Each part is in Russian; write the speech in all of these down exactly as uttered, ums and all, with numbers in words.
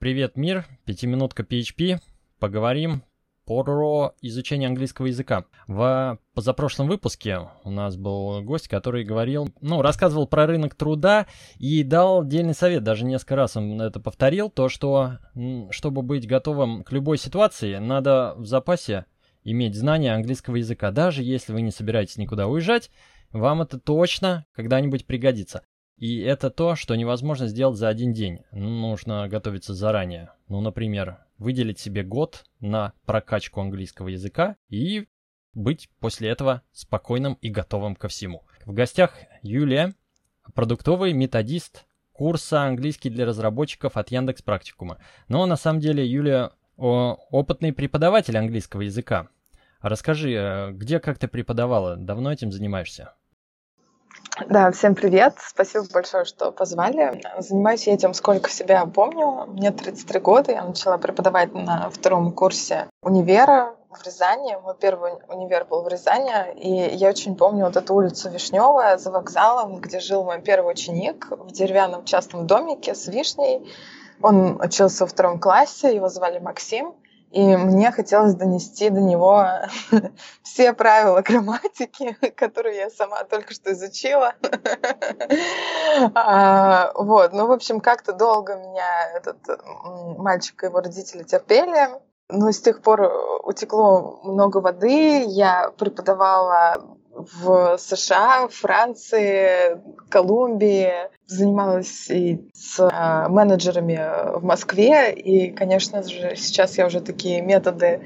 Привет, мир! Пятиминутка пи эйч пи. Поговорим про изучение английского языка. В позапрошлом выпуске у нас был гость, который говорил, ну, рассказывал про рынок труда и дал отдельный совет, даже несколько раз он это повторил, то, что, чтобы быть готовым к любой ситуации, надо в запасе иметь знания английского языка. Даже если вы не собираетесь никуда уезжать, вам это точно когда-нибудь пригодится. И это то, что невозможно сделать за один день. Нужно готовиться заранее. Ну, например, выделить себе год на прокачку английского языка и быть после этого спокойным и готовым ко всему. В гостях Юлия, продуктовый методист курса «Английский для разработчиков» от Яндекс.Практикума. Но на самом деле Юлия опытный преподаватель английского языка. Расскажи, где, как ты преподавала? Давно этим занимаешься? Да, всем привет. Спасибо большое, что позвали. Занимаюсь я этим сколько себя помню. Мне тридцать три года. Я начала преподавать на втором курсе универа в Рязани. Мой первый универ был в Рязани. И я очень помню вот эту улицу Вишневая за вокзалом, где жил мой первый ученик в деревянном частном домике с вишней. Он учился во втором классе, его звали Максим. И мне хотелось донести до него все правила грамматики, которые я сама только что изучила. Вот, ну, в общем, как-то долго меня этот мальчик и его родители терпели. Но с тех пор утекло много воды. Я преподавала в США, Франции, Колумбии, занималась и с э, менеджерами в Москве, и, конечно же, сейчас я уже такие методы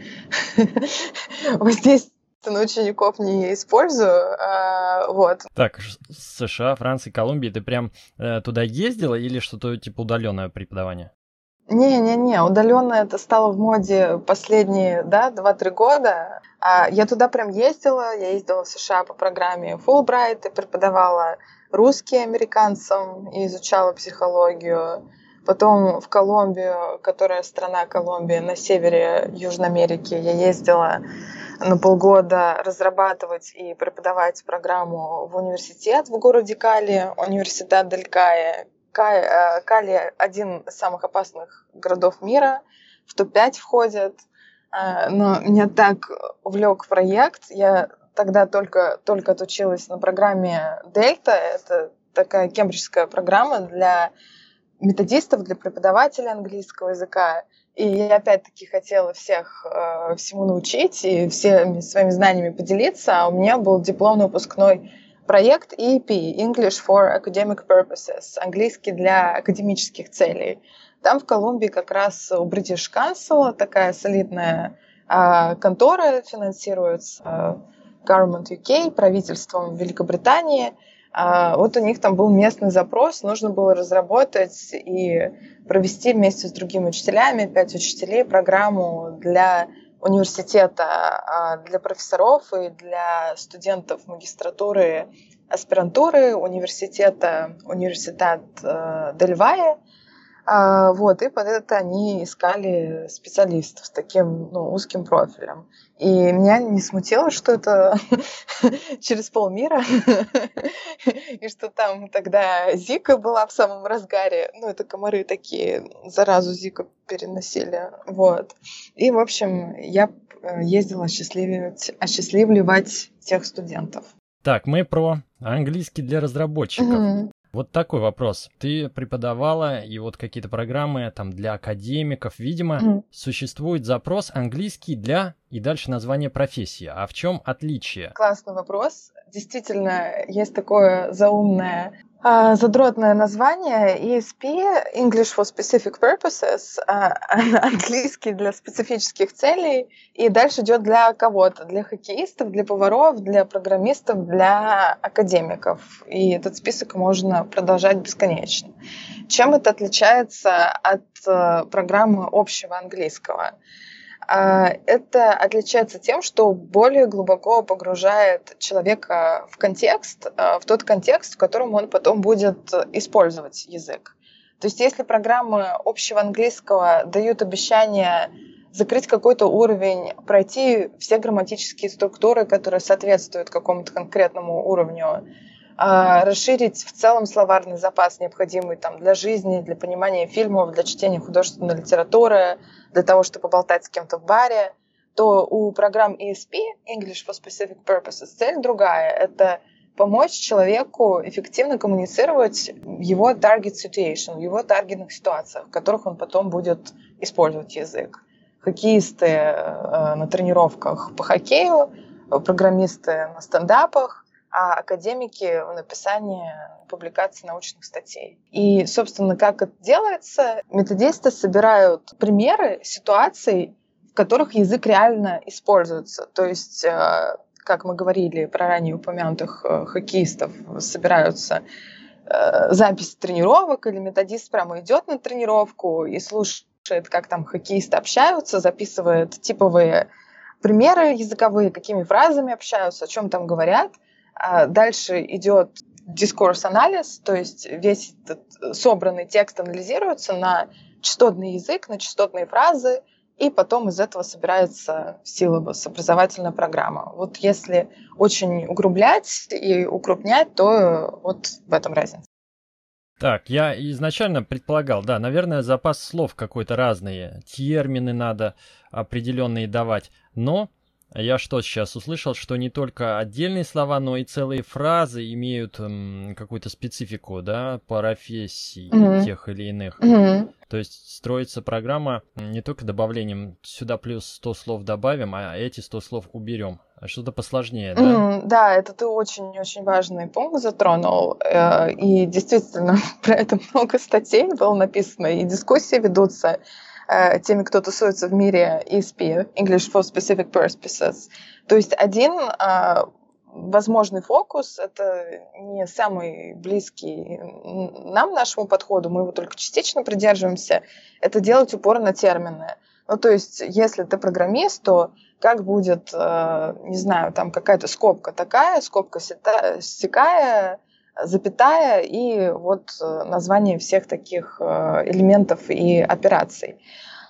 воздействия на учеников не использую. Вот. Так, США, Франция, Колумбия, ты прям э, туда ездила или что-то типа удаленное преподавание? Не-не-не, удаленно это стало в моде последние, да, два-три года. А я туда прям ездила, я ездила в США по программе Fulbright и преподавала русский американцам и изучала психологию. Потом в Колумбию, которая страна Колумбия на севере Южной Америки, я ездила на полгода разрабатывать и преподавать программу в университет в городе Кали, университет Дель Кайе. Кали – один из самых опасных городов мира, в топ пять входит. Но меня так увлек проект. Я тогда только, только отучилась на программе Дельта. Это такая кембриджская программа для методистов, для преподавателей английского языка. И я опять-таки хотела всех э, всему научить и всеми своими знаниями поделиться. А у меня был дипломный выпускной проект и и пи – English for Academic Purposes, английский для академических целей. Там в Колумбии как раз у British Council такая солидная э, контора финансируется э, Government ю кей, правительством Великобритании. Э, вот у них там был местный запрос, нужно было разработать и провести вместе с другими учителями, пять учителей, программу для университета для профессоров и для студентов магистратуры, аспирантуры университета, университет Дель Вайе. Вот, и под это они искали специалистов с таким, ну, узким профилем. И меня не смутило, что это через полмира, и что там тогда Зика была в самом разгаре. Ну, это комары такие, заразу Зика переносили. Вот. И, в общем, я ездила осчастливливать, осчастливливать тех студентов. Так, мы про английский для разработчиков. Mm-hmm. Вот такой вопрос. Ты преподавала, и вот какие-то программы там для академиков. Видимо, mm. существует запрос английский для, и дальше название профессии. А в чем отличие? Классный вопрос. Действительно, есть такое заумное, э, задротное название и эс пи, English for Specific Purposes, э, английский для специфических целей, и дальше идет для кого-то, для хоккеистов, для поваров, для программистов, для академиков. И этот список можно продолжать бесконечно. Чем это отличается от э, программы общего английского? Это отличается тем, что более глубоко погружает человека в контекст, в тот контекст, в котором он потом будет использовать язык. То есть если программы общего английского дают обещание закрыть какой-то уровень, пройти все грамматические структуры, которые соответствуют какому-то конкретному уровню, расширить в целом словарный запас, необходимый там, для жизни, для понимания фильмов, для чтения художественной литературы, для того, чтобы поболтать с кем-то в баре, то у программ и эс пи, English for Specific Purposes, цель другая. Это помочь человеку эффективно коммуницировать в его target situation, в его таргетных ситуациях, в которых он потом будет использовать язык. Хоккеисты э, на тренировках по хоккею, программисты на стендапах, а академики в написании публикаций научных статей. И, собственно, как это делается? Методисты собирают примеры ситуаций, в которых язык реально используется. То есть, как мы говорили про ранее упомянутых хоккеистов, собираются записи тренировок, или методист прямо идет на тренировку и слушает, как там хоккеисты общаются, записывает типовые примеры языковые, какими фразами общаются, о чем там говорят. Дальше идет дискурс-анализ, то есть весь этот собранный текст анализируется на частотный язык, на частотные фразы, и потом из этого собирается силабус, образовательная программа. Вот если очень углублять и укрупнять, то вот в этом разница. Так, я изначально предполагал, да, наверное, запас слов какой-то разный, термины надо определенные давать, но я что сейчас услышал, что не только отдельные слова, но и целые фразы имеют м, какую-то специфику, да, профессий mm-hmm. тех или иных. Mm-hmm. То есть строится программа не только добавлением сюда плюс сто слов добавим, а эти сто слов уберем. Что-то посложнее, да? Mm-hmm. Да, это ты очень-очень важный пункт затронул. И действительно, про это много статей было написано, и дискуссии ведутся теми, кто тусуется в мире и эс пи, English for Specific Purposes. То есть один э, возможный фокус, это не самый близкий нам, нашему подходу, мы его только частично придерживаемся, это делать упор на термины. Ну, то есть, если ты программист, то как будет, э, не знаю, там какая-то скобка такая, скобка сякая, запятая и вот название всех таких элементов и операций.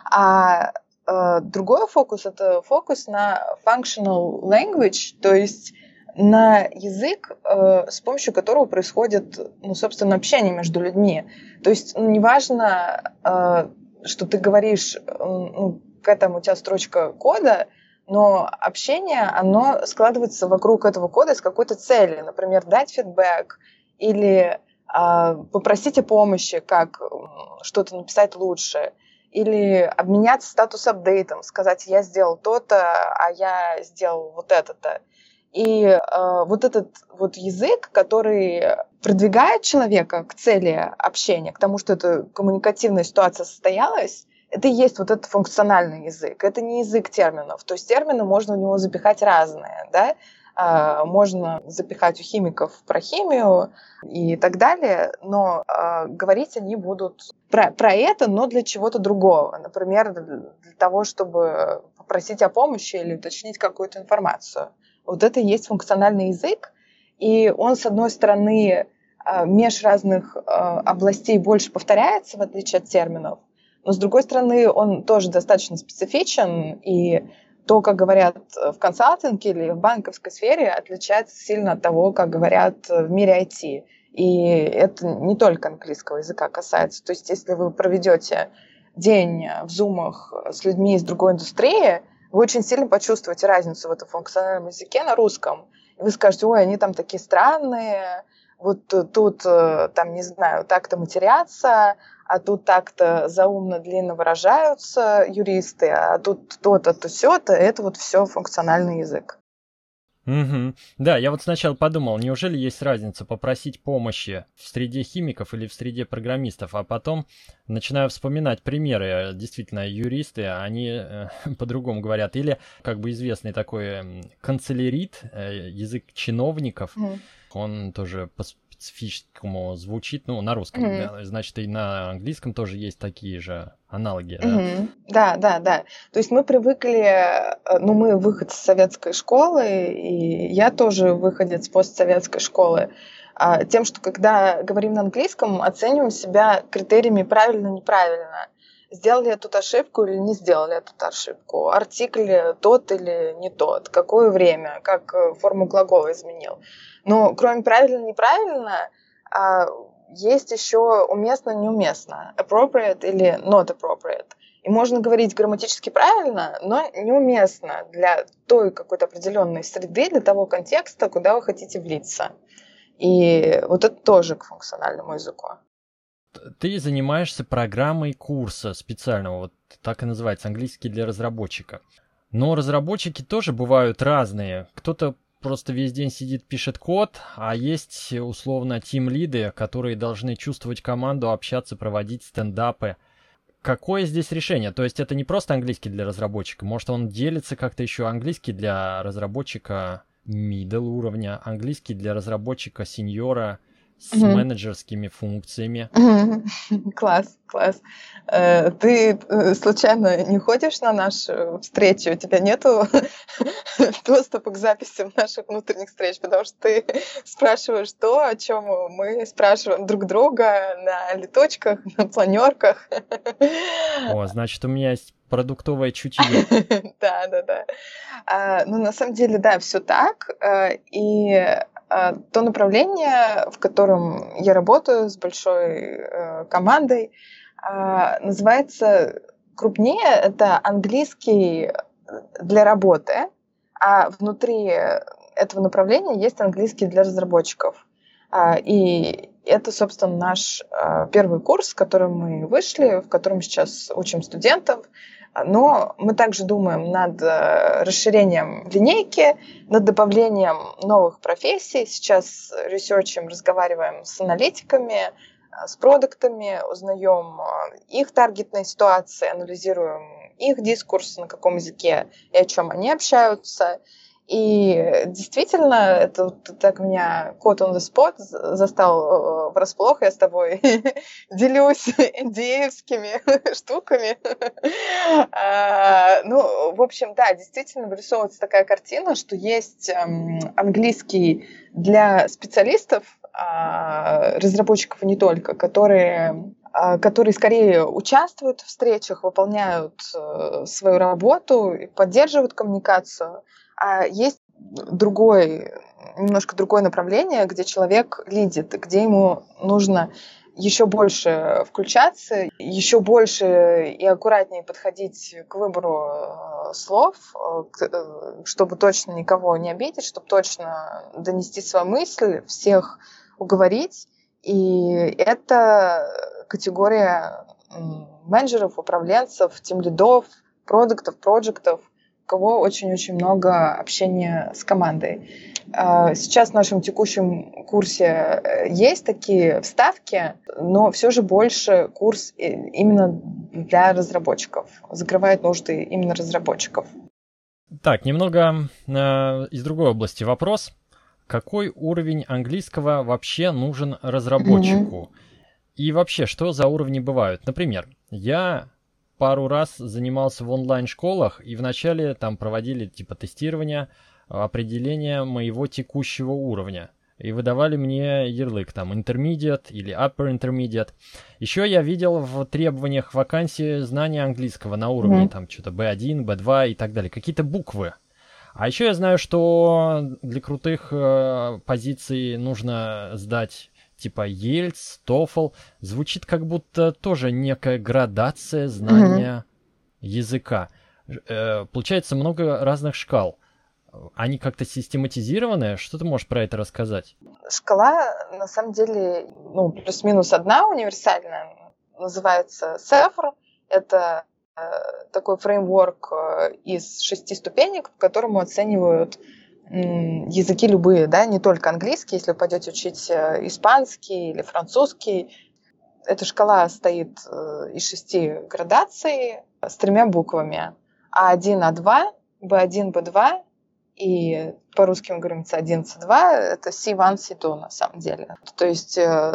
А э, другой фокус – это фокус на functional language, то есть на язык, э, с помощью которого происходит, ну, собственно, общение между людьми. То есть ну, неважно, э, что ты говоришь, э, ну, какая там у тебя строчка кода, но общение, оно складывается вокруг этого кода с какой-то целью. Например, дать фидбэк, или э, попросить о помощи, как что-то написать лучше, или обменяться статус-апдейтом, сказать, я сделал то-то, а я сделал вот это-то. И э, вот этот вот язык, который продвигает человека к цели общения, к тому, что эта коммуникативная ситуация состоялась, это и есть вот этот функциональный язык. Это не язык терминов. То есть термины можно в него запихать разные, да? Можно запихать у химиков про химию и так далее, но э, говорить они будут про, про это, но для чего-то другого. Например, для того, чтобы попросить о помощи или уточнить какую-то информацию. Вот это и есть функциональный язык, и он, с одной стороны, э, меж разных э, областей больше повторяется, в отличие от терминов, но, с другой стороны, он тоже достаточно специфичен, и то, как говорят в консалтинге или в банковской сфере, отличается сильно от того, как говорят в мире ай ти. И это не только английского языка касается. То есть, если вы проведете день в зумах с людьми из другой индустрии, вы очень сильно почувствуете разницу в этом функциональном языке на русском. И вы скажете, ой, они там такие странные, вот тут, там, не знаю, так-то матерятся, а тут так-то заумно длинно выражаются юристы, а тут то-то, то сё-то, это вот все функциональный язык. Угу. Да, я вот сначала подумал, неужели есть разница попросить помощи в среде химиков или в среде программистов, а потом начинаю вспоминать примеры. Действительно, юристы, они э, по-другому говорят. Или, как бы известный такой канцелярит, э, язык чиновников, mm. он тоже по специфическому звучит, ну, на русском, mm-hmm. да, значит, и на английском тоже есть такие же аналоги, да? Mm-hmm. Да, да, да. То есть мы привыкли, ну, мы выход с советской школы, и я тоже выходец постсоветской школы, тем, что когда говорим на английском, оцениваем себя критериями правильно-неправильно. сделали эту ошибку или не сделали эту ошибку, артикль тот или не тот, какое время, как форму глагола изменил. Но кроме правильно-неправильно, есть еще уместно-неуместно, appropriate или not appropriate. И можно говорить грамматически правильно, но неуместно для той какой-то определенной среды, для того контекста, куда вы хотите влиться. И вот это тоже к функциональному языку. Ты занимаешься программой курса специального, вот так и называется, английский для разработчика. Но разработчики тоже бывают разные. Кто-то просто весь день сидит, пишет код, а есть условно тим-лиды, которые должны чувствовать команду, общаться, проводить стендапы. Какое здесь решение? То есть это не просто английский для разработчика, может он делится как-то еще английский для разработчика middle уровня, английский для разработчика сеньора с mm-hmm. менеджерскими функциями. Mm-hmm. Класс, класс. Э, ты случайно не ходишь на нашу встречу? У тебя нету доступа к записям наших внутренних встреч, потому что ты спрашиваешь то, о чем мы спрашиваем друг друга на леточках, на планерках. О, значит, у меня есть продуктовое чутье. Да, да, да. А, ну, на самом деле, да, все так. И а, то направление, в котором я работаю с большой а, командой, а, называется крупнее, это английский для работы, а внутри этого направления есть английский для разработчиков. А, и это, собственно, наш а, первый курс, с которым мы вышли, в котором сейчас учим студентов. Но мы также думаем над расширением линейки, над добавлением новых профессий. Сейчас ресерчем, разговариваем с аналитиками, с продуктами, узнаем их таргетные ситуации, анализируем их дискурс, на каком языке и о чем они общаются. И действительно, это вот так меня caught on the spot застал врасплох. Я с тобой делюсь эн ди эй-евскими штуками. Ну, в общем, да, действительно вырисовывается такая картина, что есть английский для специалистов, разработчиков и не только, которые... которые скорее участвуют в встречах, выполняют свою работу, поддерживают коммуникацию. А есть другой, немножко другое направление, где человек лидит, где ему нужно еще больше включаться, еще больше и аккуратнее подходить к выбору слов, чтобы точно никого не обидеть, чтобы точно донести свою мысль, всех уговорить. И это категория менеджеров, управленцев, тимлидов, продуктов, проектов, у кого очень-очень много общения с командой. Сейчас в нашем текущем курсе есть такие вставки, но все же больше курс именно для разработчиков, закрывает нужды именно разработчиков. Так, немного э, из другой области вопрос. Какой уровень английского вообще нужен разработчику? Mm-hmm. И вообще, что за уровни бывают? Например, я пару раз занимался в онлайн-школах, и вначале там проводили типа тестирование, определение моего текущего уровня. И выдавали мне ярлык, там, intermediate или upper intermediate. Еще я видел в требованиях вакансии знания английского на уровне, mm-hmm. там, что-то би один, би два и так далее. Какие-то буквы. А еще я знаю, что для крутых э, позиций нужно сдать типа ЕЛТС, TOEFL. Звучит как будто тоже некая градация знания mm-hmm. языка. Э, получается много разных шкал. Они как-то систематизированы? Что ты можешь про это рассказать? Шкала, на самом деле, ну, плюс-минус одна универсальная. Называется сефр. Это э, такой фреймворк из шести ступенек, по которому оценивают языки любые, да, не только английский, если вы пойдете учить испанский или французский. Эта шкала состоит из шести градаций с тремя буквами. а один, а два, би один, би два и по-русски мы говорим си один, си два, это си один, си два на самом деле. То есть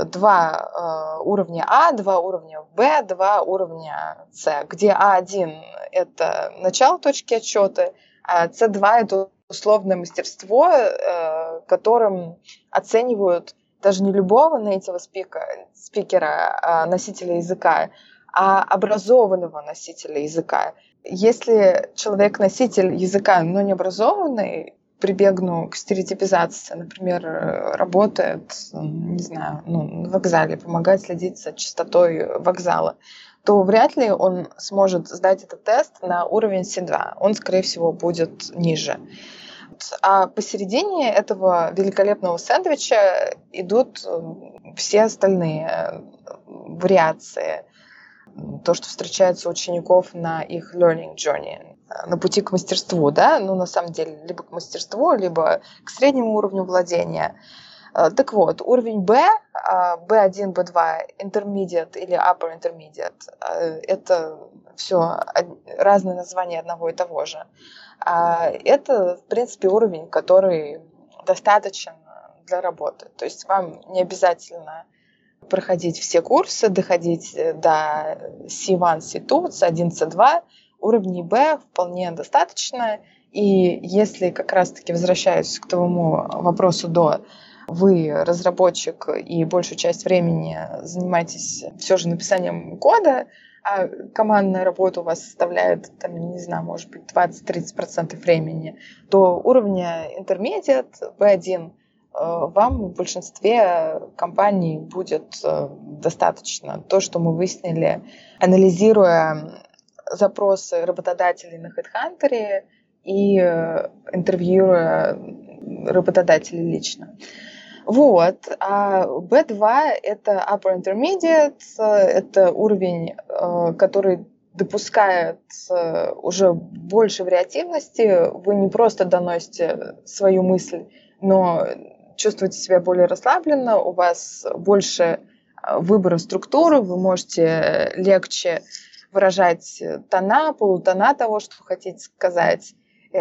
два уровня А, два уровня Б, два уровня С, где а один это начало точки отсчета, а си два это условное мастерство, которым оценивают даже не любого нейтива спикера, спикера, носителя языка, а образованного носителя языка. Если человек-носитель языка, но не образованный, прибегну к стереотипизации, например, работает, не знаю, ну, на вокзале, помогает следить за чистотой вокзала, то вряд ли он сможет сдать этот тест на уровень си два. Он, скорее всего, будет ниже. А посередине этого великолепного сэндвича идут все остальные вариации. То, что встречается у учеников на их learning journey, на пути к мастерству, да, ну, на самом деле, либо к мастерству, либо к среднему уровню владения. Так вот, уровень B, би один, би два, intermediate или upper intermediate, это все разные названия одного и того же. Это, в принципе, уровень, который достаточен для работы. То есть вам не обязательно проходить все курсы, доходить до си один, си два, си один, си два. Уровней B вполне достаточно. И если как раз-таки, возвращаясь к твоему вопросу до, вы разработчик и большую часть времени занимаетесь все же написанием кода, а командная работа у вас составляет, там, не знаю, может быть, двадцать-тридцать процентов времени, то уровня Intermediate би один вам в большинстве компаний будет достаточно. То, что мы выяснили, анализируя запросы работодателей на HeadHunter и интервьюируя работодателей лично. Вот. А би два — это Upper Intermediate, это уровень, который допускает уже больше вариативности. Вы не просто доносите свою мысль, но чувствуете себя более расслабленно, у вас больше выбора структуры, вы можете легче выражать тона, полутона того, что вы хотите сказать.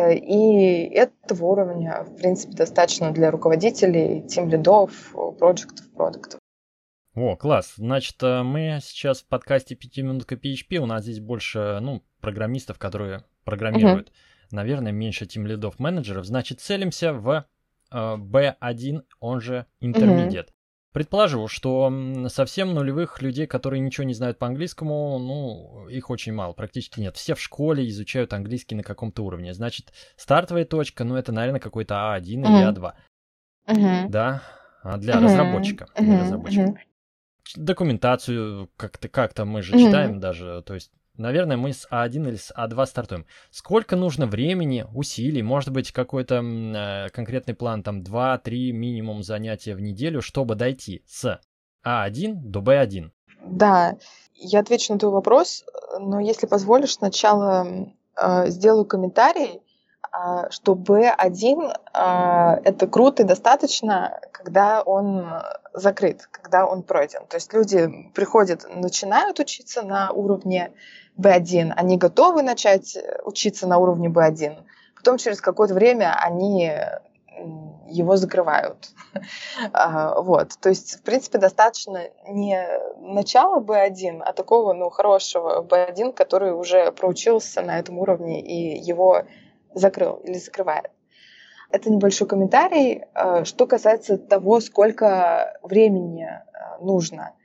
И этого уровня, в принципе, достаточно для руководителей, тимлидов, проектов, продуктов. О, класс. Значит, мы сейчас в подкасте «Пятиминутка пи эйч пи». У нас здесь больше, ну, программистов, которые программируют. Uh-huh. Наверное, меньше тимлидов, менеджеров. Значит, целимся в э, би один, он же Intermediate. Uh-huh. Предположу, что совсем нулевых людей, которые ничего не знают по английскому, ну, их очень мало, практически нет. Все в школе изучают английский на каком-то уровне. Значит, стартовая точка, ну, это, наверное, какой-то а один uh-huh. или а два. Uh-huh. Да, для uh-huh. разработчика. Uh-huh. Для разработчика. Uh-huh. Документацию как-то, как-то мы же uh-huh. читаем даже, то есть, наверное, мы с а один или с а два стартуем. Сколько нужно времени, усилий, может быть, какой-то э, конкретный план, там, два-три минимум занятия в неделю, чтобы дойти с а один до би один? Да, я отвечу на твой вопрос, но если позволишь, сначала э, сделаю комментарий, э, что би один э, это круто и достаточно, когда он закрыт, когда он пройден. То есть люди приходят, начинают учиться на уровне би один, они готовы начать учиться на уровне би один, потом через какое-то время они его закрывают. Вот. То есть, в принципе, достаточно не начала би один, а такого, ну, хорошего би один, который уже проучился на этом уровне и его закрыл или закрывает. Это небольшой комментарий. Что касается того, сколько времени нужно.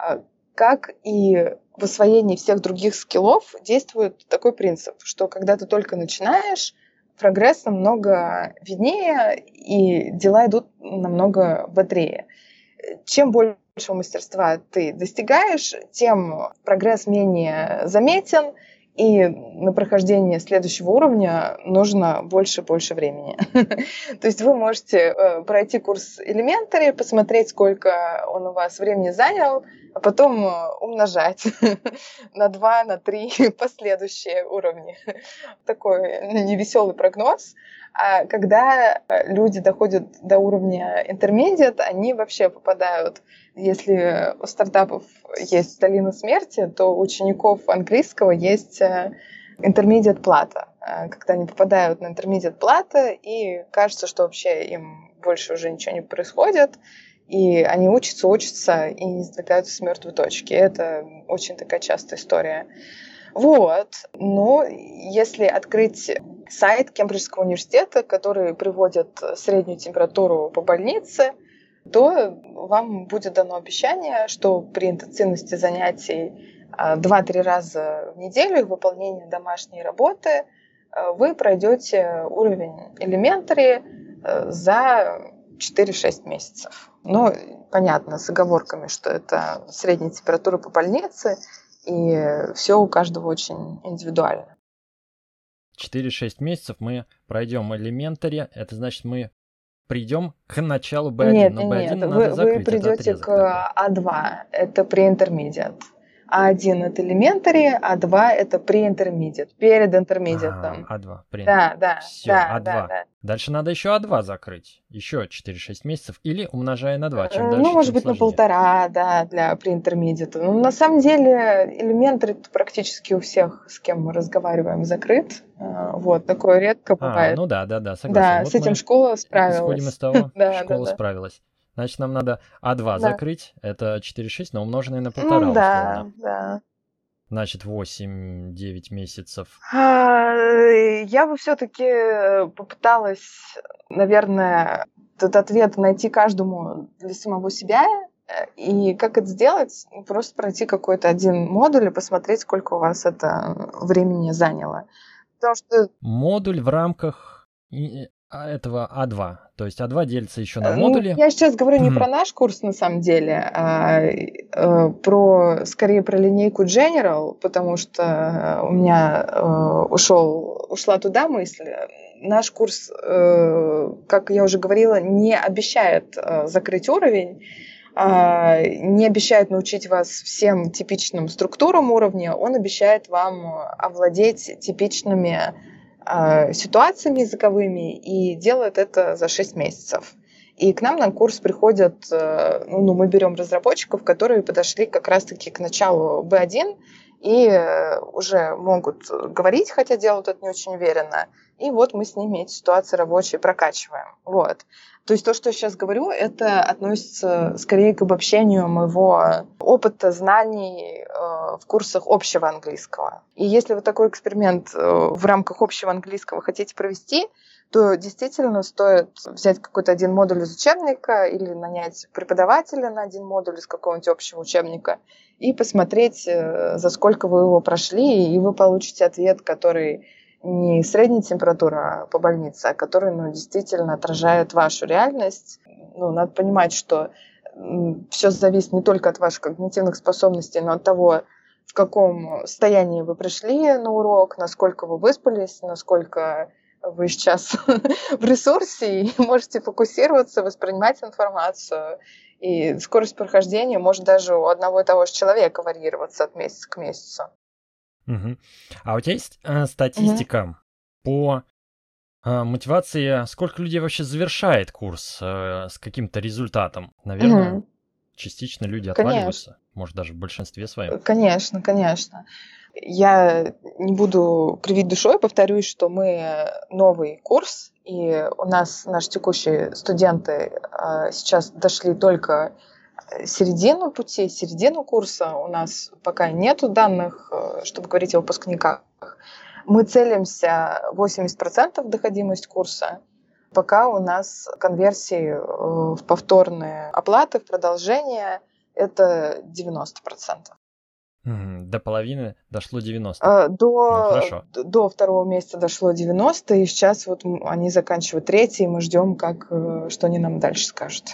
Как и в освоении всех других скиллов действует такой принцип, что когда ты только начинаешь, прогресс намного виднее, и дела идут намного бодрее. Чем большего мастерства ты достигаешь, тем прогресс менее заметен, и на прохождение следующего уровня нужно больше и больше времени. То есть вы можете пройти курс Elementary, посмотреть, сколько он у вас времени занял, а потом умножать на два, на три последующие уровни. Такой невеселый прогноз. А когда люди доходят до уровня Intermediate, они вообще попадают, если у стартапов есть долина смерти, то у учеников английского есть Intermediate плата. Когда они попадают на Intermediate плата, и кажется, что вообще им больше уже ничего не происходит, и они учатся, учатся и не сдвигаются с мертвой точки. Это очень такая частая история. Вот. Но если открыть сайт Кембриджского университета, который приводит среднюю температуру по больнице, то вам будет дано обещание, что при интенсивности занятий два-три раза в неделю их выполнение домашней работы вы пройдете уровень Elementary за четыре-шесть месяцев. Ну, понятно, с оговорками, что это средняя температура по больнице, и все у каждого очень индивидуально. четыре-шесть месяцев мы пройдем Elementary, это значит, мы придем к началу би один. Нет, но би один нет, надо вы, закрыть, вы придете к такой. а два, это pre-intermediate. а один это elementary, а два это pre-intermediate, перед intermediate. А, А2, при... Да, да, Все, да, А2. да, да. Дальше надо еще А2 закрыть. Еще четыре-шесть месяцев. Или умножая на два. Чем Ну, дальше, может тем быть, сложнее. на полтора, да, для pre-intermediate. Ну, на самом деле, elementary практически у всех, с кем мы разговариваем, закрыт. Вот, такое редко бывает. А, ну да, да, да, согласен. Да, Вот с этим школа справилась. Исходим из того, да, школа да, да. справилась. Значит, нам надо А2 Да. закрыть. Это четыре-шесть, но умноженное на полтора, Ну, да, условно. да. Значит, восемь-девять месяцев. А, Я бы все-таки попыталась, наверное, этот ответ найти каждому для самого себя. И как это сделать? Просто пройти какой-то один модуль и посмотреть, сколько у вас это времени заняло. Потому что... Модуль в рамках этого А2. То есть А2 делится еще на Ну, модули. я сейчас говорю не про наш курс, на самом деле, а э, про, скорее про линейку General, потому что у меня э, ушел, ушла туда мысль. Наш курс, э, как я уже говорила, не обещает э, закрыть уровень, э, не обещает научить вас всем типичным структурам уровня, он обещает вам овладеть типичными ситуациями языковыми и делает это за шесть месяцев. И к нам на курс приходят, ну, мы берем разработчиков, которые подошли как раз-таки к началу би один и уже могут говорить, хотя делают это не очень уверенно. И вот мы с ними эти ситуации рабочие прокачиваем. Вот. То есть то, что я сейчас говорю, это относится скорее к обобщению моего опыта, знаний э, в курсах общего английского. И если вы такой эксперимент э, в рамках общего английского хотите провести, то действительно стоит взять какой-то один модуль из учебника или нанять преподавателя на один модуль из какого-нибудь общего учебника и посмотреть, э, за сколько вы его прошли, и вы получите ответ, который не средняя температура по больнице, а который, ну, действительно отражает вашу реальность. Ну, надо понимать, что все зависит не только от ваших когнитивных способностей, но от того, в каком состоянии вы пришли на урок, насколько вы выспались, насколько вы сейчас в ресурсе и можете фокусироваться, воспринимать информацию. И скорость прохождения может даже у одного и того же человека варьироваться от месяца к месяцу. Угу. А у тебя есть э, статистика угу. по э, мотивации, сколько людей вообще завершает курс э, с каким-то результатом? Наверное, угу. частично люди отваливаются, конечно. Может, даже в большинстве своем. Конечно, конечно. Я не буду кривить душой, повторюсь, что мы новый курс, и у нас наши текущие студенты э, сейчас дошли только середину пути, середину курса. У нас пока нету данных, чтобы говорить о выпускниках. Мы целимся восемьдесят процентов доходимость курса. Пока у нас конверсии в повторные оплаты, в продолжение это девяносто процентов. До половины дошло девяносто. До, ну, до второго месяца дошло девяносто, и сейчас вот они заканчивают третий, и мы ждем, как, что они нам дальше скажут.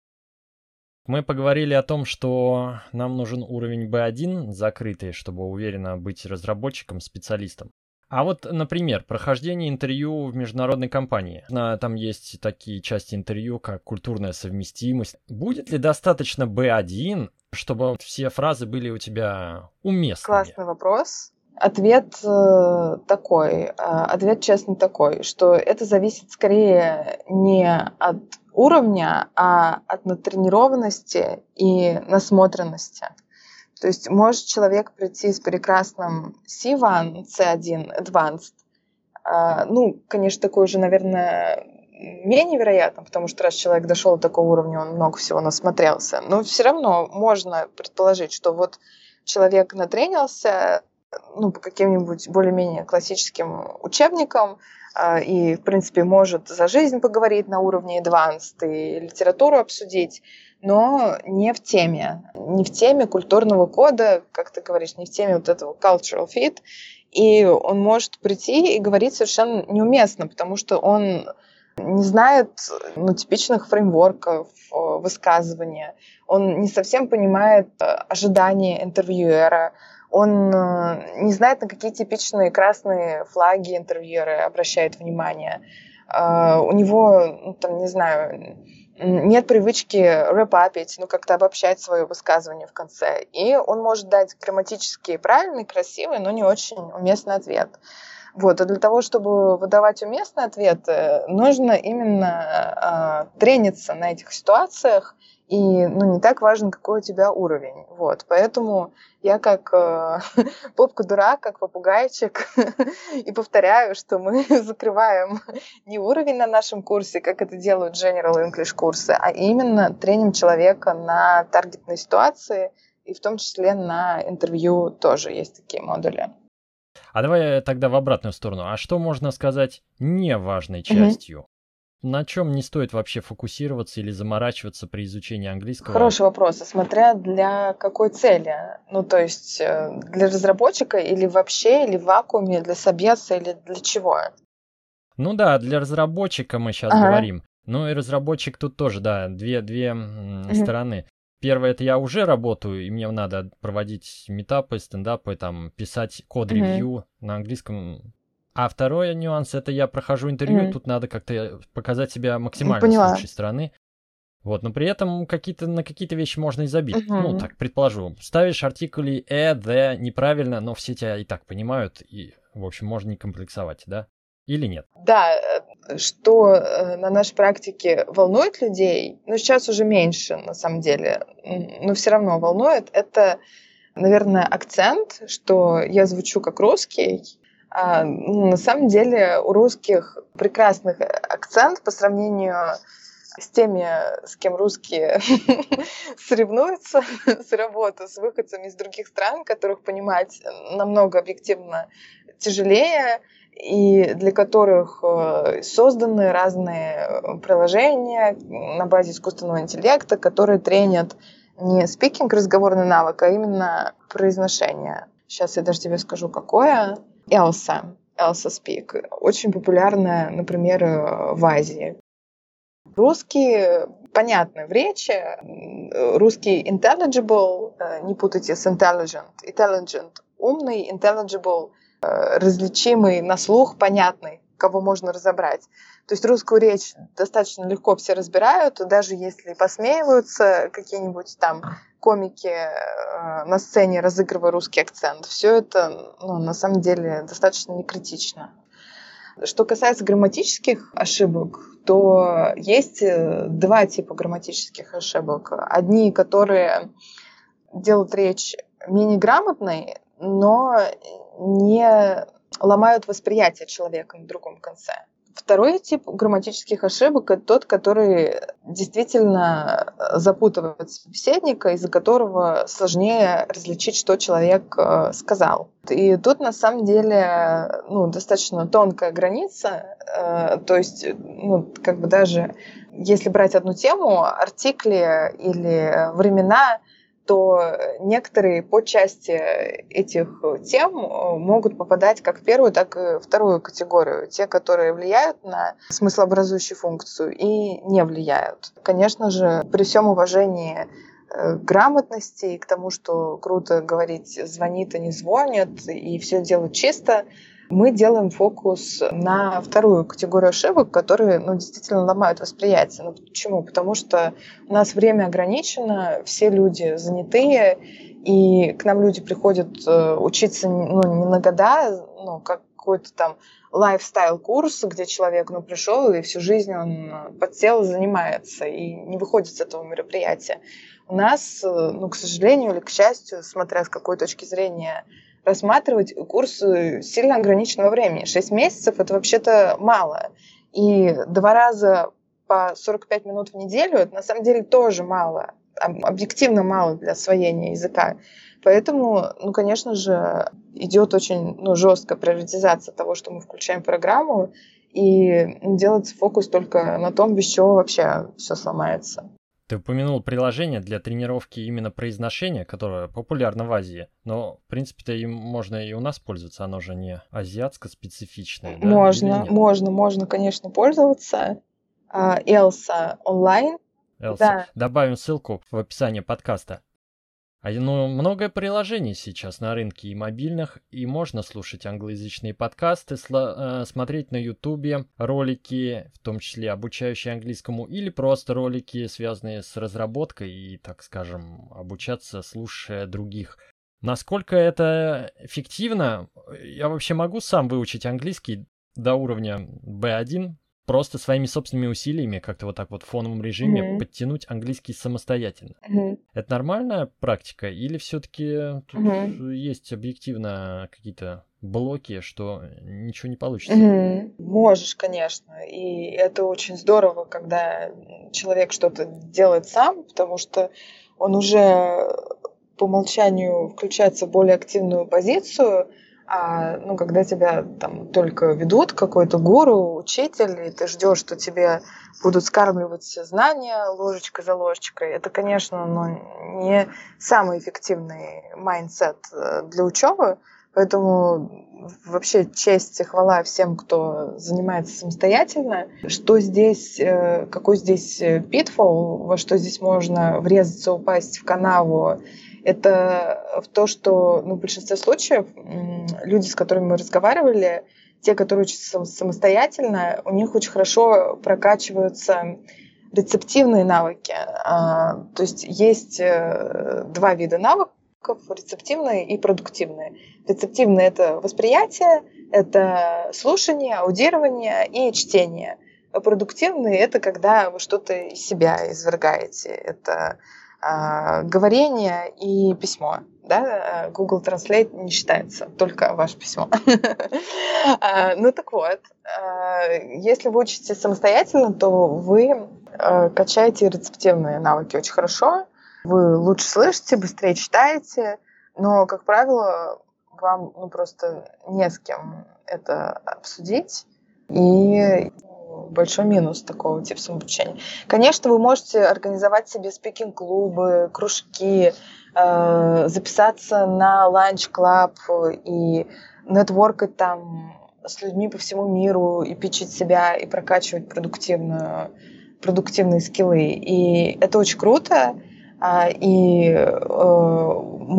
Мы поговорили о том, что нам нужен уровень би один закрытый, чтобы уверенно быть разработчиком, специалистом. А вот, например, прохождение интервью в международной компании. Там есть такие части интервью, как культурная совместимость. Будет ли достаточно би один, чтобы все фразы были у тебя уместными? Классный вопрос. Ответ э, такой, э, ответ честно такой, что это зависит скорее не от уровня, а от натренированности и насмотренности. То есть может человек прийти с прекрасным си один, си один Advanced. Э, ну, конечно, такой уже, наверное, менее вероятно, потому что раз человек дошел до такого уровня, он много всего насмотрелся. Но все равно можно предположить, что вот человек натренился, ну, по каким-нибудь более-менее классическим учебникам и, в принципе, может за жизнь поговорить на уровне advanced и литературу обсудить, но не в теме. Не в теме культурного кода, как ты говоришь, не в теме вот этого cultural fit. И он может прийти и говорить совершенно неуместно, потому что он не знает ну, типичных фреймворков высказывания. Он не совсем понимает ожидания интервьюера. Он не знает, на какие типичные красные флаги интервьюеры обращает внимание. У него, ну, там, не знаю, нет привычки рэп-апить, ну, как-то обобщать свое высказывание в конце. И он может дать грамматически правильный, красивый, но не очень уместный ответ. Вот. А для того, чтобы выдавать уместный ответ, нужно именно э, трениться на этих ситуациях. И ну, не так важно, какой у тебя уровень. Вот. Поэтому я как э, попка-дурак, как попугайчик, и повторяю, что мы закрываем не уровень на нашем курсе, как это делают General English курсы, а именно треним человека на таргетные ситуации, и в том числе на интервью тоже есть такие модули. А давай тогда в обратную сторону. А что можно сказать неважной частью? Mm-hmm. На чем не стоит вообще фокусироваться или заморачиваться при изучении английского? Хороший вопрос, смотря для какой цели. Ну, то есть для разработчика или вообще, или в вакууме, для собеса, или для чего? Ну да, для разработчика мы сейчас ага. говорим. Ну и разработчик тут тоже, да, две, две mm-hmm. стороны. Первое, это я уже работаю, и мне надо проводить митапы, стендапы, там, писать код-ревью mm-hmm. на английском. А второй нюанс, это я прохожу интервью, mm-hmm. тут надо как-то показать себя максимально Поняла. с лучшей стороны. Вот, но при этом какие-то, на какие-то вещи можно и забить. Mm-hmm. Ну, так, предположу. Ставишь артикули э, the неправильно, но все тебя и так понимают, и, в общем, можно не комплексовать, да? Или нет? Да, что на нашей практике волнует людей, ну, сейчас уже меньше, на самом деле, но все равно волнует, это, наверное, акцент, что я звучу как русский. А, на самом деле у русских прекрасный акцент по сравнению с теми, с кем русские соревнуются с работой, с выходцами из других стран, которых понимать намного объективно тяжелее, и для которых созданы разные приложения на базе искусственного интеллекта, которые тренят не спикинг, разговорный навык, а именно произношение. Сейчас я даже тебе скажу, какое. Elsa, Elsa Speak. Очень популярная, например, в Азии. Русский понятный в речи. Русский intelligible, не путайте с intelligent. Intelligent – умный, intelligible – различимый на слух, понятный, кого можно разобрать. То есть русскую речь достаточно легко все разбирают, даже если посмеиваются какие-нибудь там комики э, на сцене, разыгрывая русский акцент. Все это, ну, на самом деле, достаточно некритично. Что касается грамматических ошибок, то есть два типа грамматических ошибок. Одни, которые делают речь менее грамотной, но не ломают восприятие человека на другом конце. Второй тип грамматических ошибок – это тот, который действительно запутывает собеседника, из-за которого сложнее различить, что человек сказал. И тут, на самом деле, ну, достаточно тонкая граница. То есть, ну, как бы даже если брать одну тему, артикли или времена, то некоторые подчасти этих тем могут попадать как в первую, так и вторую категорию. Те, которые влияют на смыслообразующую функцию и не влияют. Конечно же, при всем уважении к грамотности и к тому, что круто говорить «звонит» и «не звонит», и все делать чисто, мы делаем фокус на вторую категорию ошибок, которые ну, действительно ломают восприятие. Ну, почему? Потому что у нас время ограничено, все люди занятые, и к нам люди приходят учиться ну, не на года, ну, как какой-то там лайфстайл-курс, где человек ну, пришел, и всю жизнь он подсел и занимается, и не выходит с этого мероприятия. У нас, ну, к сожалению или к счастью, смотря с какой точки зрения рассматривать, курс сильно ограниченного времени. Шесть месяцев – это вообще-то мало. И два раза по сорок пять минут в неделю – это на самом деле тоже мало. объективно мало для освоения языка. Поэтому, ну, конечно же, идет очень ну, жесткая приоритизация того, что мы включаем в программу, и делается фокус только на том, без чего вообще все сломается. Ты упомянул приложение для тренировки именно произношения, которое популярно в Азии, но, в принципе-то, им можно и у нас пользоваться, оно же не азиатско-специфичное, да? Можно, можно, можно, конечно, пользоваться. Элса онлайн. Элса. Да. Добавим ссылку в описании подкаста. А ну, много приложений сейчас на рынке и мобильных, и можно слушать англоязычные подкасты, сла- э, смотреть на Ютубе ролики, в том числе обучающие английскому, или просто ролики, связанные с разработкой и, так скажем, обучаться, слушая других. Насколько это эффективно? Я вообще могу сам выучить английский до уровня би один, просто своими собственными усилиями, как-то вот так вот в фоновом режиме Мгм. подтянуть английский самостоятельно. Мгм. Это нормальная практика или все-таки тут Мгм. есть объективно какие-то блоки, что ничего не получится? Мгм. Можешь, конечно. И это очень здорово, когда человек что-то делает сам, потому что он уже по умолчанию включается в более активную позицию, а ну, когда тебя там только ведут, какой-то гуру, учитель, и ты ждешь, что тебе будут скармливать все знания ложечка за ложечкой, это, конечно, ну, не самый эффективный майндсет э, для учебы. Поэтому вообще честь и хвала всем, кто занимается самостоятельно. Что здесь, э, какой здесь э, pitfall, во что здесь можно врезаться, упасть в канаву, это в то, что ну, в большинстве случаев м, люди, с которыми мы разговаривали, те, которые учатся сам- самостоятельно, у них очень хорошо прокачиваются рецептивные навыки. А, то есть есть э, два вида навыков: рецептивные и продуктивные. Рецептивные — это восприятие, это слушание, аудирование и чтение. А продуктивные — это когда вы что-то из себя извергаете. Это а, говорение и письмо. Да? Google Translate не считается, только ваше письмо. А, Ну так вот, а, если вы учитесь самостоятельно, то вы а, качаете рецептивные навыки очень хорошо. Вы лучше слышите, быстрее читаете, но, как правило, вам ну, просто не с кем это обсудить. И большой минус такого типа самообучения. Конечно, вы можете организовать себе спикинг-клубы, кружки, э, записаться на ланч-клаб и нетворкать там с людьми по всему миру и питчить себя, и прокачивать продуктивную, продуктивные скиллы. И это очень круто. А, И э,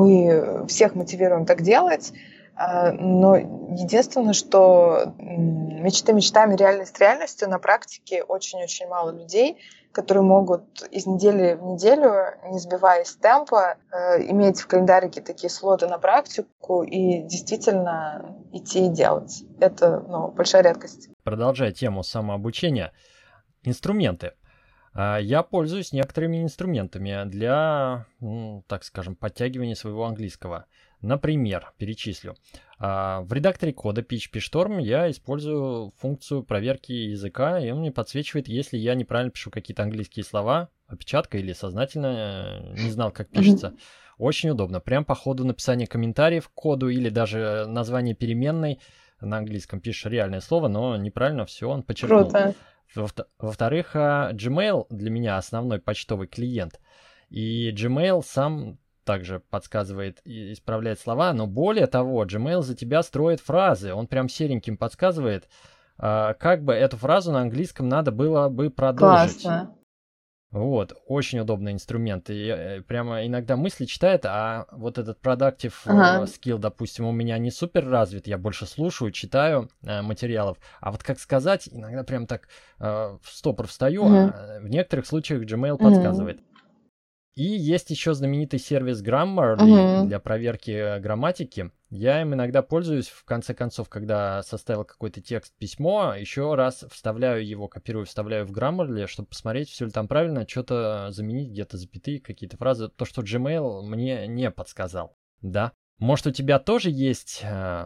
мы всех мотивируем так делать. А, Но единственное, что м, мечты мечтами, реальность реальностью, на практике очень-очень мало людей, которые могут из недели в неделю, не сбиваясь с темпа, э, иметь в календарике такие слоты на практику и действительно идти и делать. Это ну, большая редкость. Продолжая тему самообучения, инструменты. А, Я пользуюсь некоторыми инструментами для, ну, так скажем, подтягивания своего английского. Например, перечислю. А, В редакторе кода пи эйч пи Storm я использую функцию проверки языка, и он мне подсвечивает, если я неправильно пишу какие-то английские слова, опечатка или сознательно э, не знал, как пишется. Очень удобно. Прям по ходу написания комментариев к коду или даже название переменной на английском пишешь реальное слово, но неправильно все он подчеркнул. Круто. Во- Во-вторых, а, Gmail для меня основной почтовый клиент. И Gmail сам также подсказывает и исправляет слова, но более того, Gmail за тебя строит фразы. Он прям сереньким подсказывает, а, как бы эту фразу на английском надо было бы продолжить. Классно. Вот, очень удобный инструмент. И э, прямо иногда мысли читает, а вот этот productive э, Ага. skill, допустим, у меня не супер развит, я больше слушаю, читаю э, материалов. А вот как сказать, иногда прям так э, в стопор встаю, Мгм. а в некоторых случаях Gmail Мгм. подсказывает. И есть еще знаменитый сервис Grammarly Мгм. для проверки э, грамматики. Я им иногда пользуюсь, в конце концов, когда составил какой-то текст, письмо, еще раз вставляю его, копирую, вставляю в Grammarly, чтобы посмотреть, все ли там правильно, что-то заменить, где-то запятые, какие-то фразы. То, что Gmail мне не подсказал. Да. Может, у тебя тоже есть э,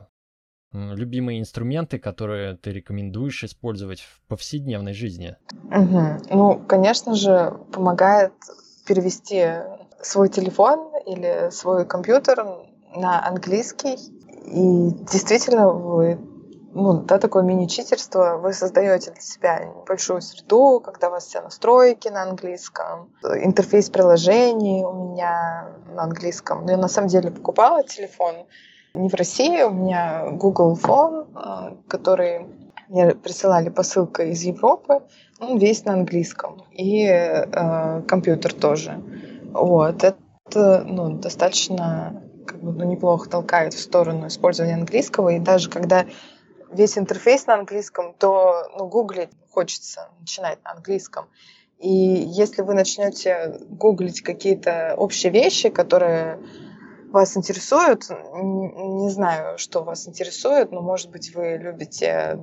м, любимые инструменты, которые ты рекомендуешь использовать в повседневной жизни? Мгм. Ну, конечно же, помогает перевести свой телефон или свой компьютер на английский. И действительно, вы, ну, да, такое мини-читерство, вы создаете для себя небольшую среду, когда у вас все настройки на английском, интерфейс приложений у меня на английском. Но я на самом деле покупала телефон не в России, у меня Google Phone, который мне присылали посылкой из Европы, он весь на английском, и э, компьютер тоже. Вот, это, ну, достаточно, как бы, ну, неплохо толкает в сторону использования английского, и даже когда весь интерфейс на английском, то, ну, гуглить хочется начинать на английском. И если вы начнете гуглить какие-то общие вещи, которые вас интересуют, не знаю, что вас интересует, но, может быть, вы любите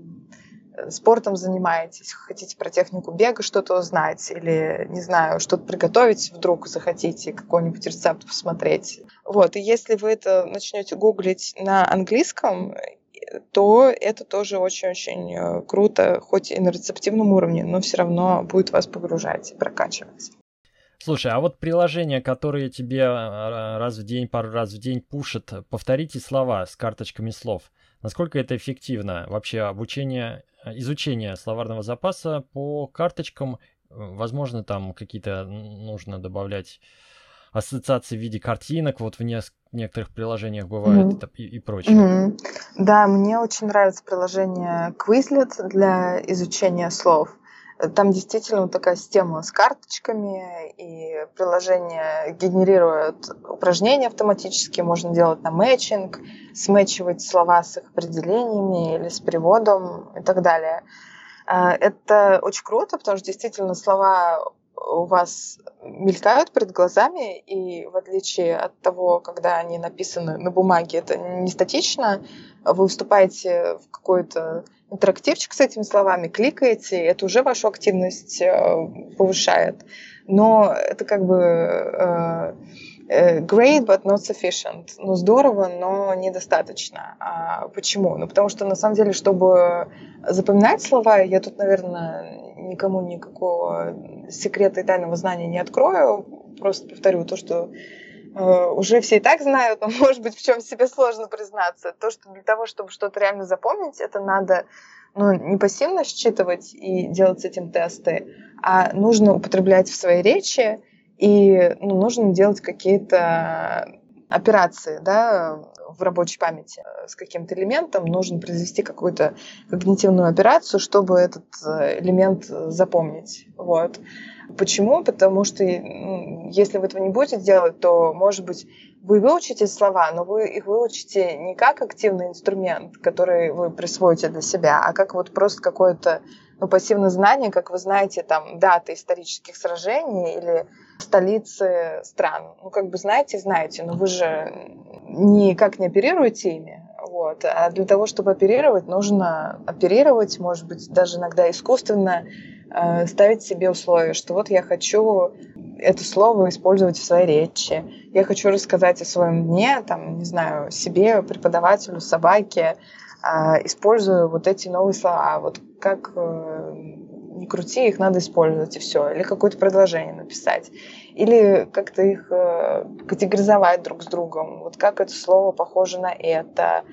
спортом занимаетесь, хотите про технику бега что-то узнать или, не знаю, что-то приготовить вдруг захотите, какой-нибудь рецепт посмотреть. Вот, и если вы это начнете гуглить на английском, то это тоже очень-очень круто, хоть и на рецептивном уровне, но все равно будет вас погружать и прокачивать. Слушай, а вот приложения, которые тебе раз в день, пару раз в день пушат, повторите слова с карточками слов. Насколько это эффективно? Вообще обучение, изучение словарного запаса по карточкам, возможно, там какие-то нужно добавлять ассоциации в виде картинок, вот в не- некоторых приложениях бывает mm-hmm. и, и прочее. Mm-hmm. Да, мне очень нравится приложение Quizlet для изучения слов. Там действительно вот такая система с карточками, и приложение генерирует упражнения автоматически, можно делать на мэтчинг, смэтчивать слова с их определениями или с переводом и так далее. Это очень круто, потому что действительно слова у вас мелькают перед глазами, и в отличие от того, когда они написаны на бумаге, это не статично, вы вступаете в какой-то интерактивчик с этими словами, кликаете, это уже вашу активность повышает. Но это как бы uh, great, but not sufficient. Ну, здорово, но недостаточно. А почему? Ну, потому что, на самом деле, чтобы запоминать слова, я тут, наверное, никому никакого секрета и тайного знания не открою. Просто повторю то, что Uh, уже все и так знают, но, может быть, в чем себе сложно признаться. То, что для того, чтобы что-то реально запомнить, это надо, ну, не пассивно считывать и делать с этим тесты, а нужно употреблять в своей речи, и, ну, нужно делать какие-то операции, да, в рабочей памяти с каким-то элементом, нужно произвести какую-то когнитивную операцию, чтобы этот элемент запомнить. Вот. Почему? Потому что, ну, если вы этого не будете делать, то, может быть, вы выучите слова, но вы их выучите не как активный инструмент, который вы присвоите для себя, а как вот просто какое-то, ну, пассивное знание, как вы знаете, там, даты исторических сражений или столицы стран. Ну, как бы знаете, знаете, но вы же никак не оперируете ими. Вот. А для того, чтобы оперировать, нужно оперировать, может быть, даже иногда искусственно э, ставить себе условия, что вот я хочу это слово использовать в своей речи, я хочу рассказать о своем дне, там, не знаю, себе, преподавателю, собаке, э, использую вот эти новые слова. Вот как э, ни крути, их надо использовать, и все. Или какое-то предложение написать. Или как-то их э, категоризовать друг с другом. Вот как это слово похоже на это,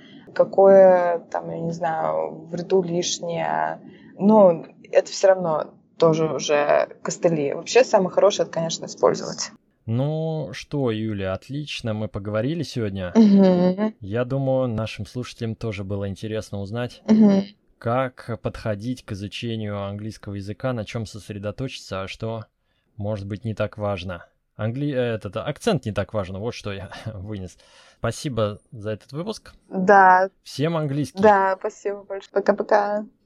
какое, там, я не знаю, в ряду лишнее. Но это все равно тоже уже костыли. Вообще самое хорошее, это, конечно, использовать. Ну что, Юля, отлично, мы поговорили сегодня. Угу. Я думаю, нашим слушателям тоже было интересно узнать, Угу. как подходить к изучению английского языка, на чем сосредоточиться, а что, может быть, не так важно. Англи... Этот акцент не так важен, вот что я вынес. Спасибо за этот выпуск. Да. Всем английский. Да, спасибо большое. Пока-пока.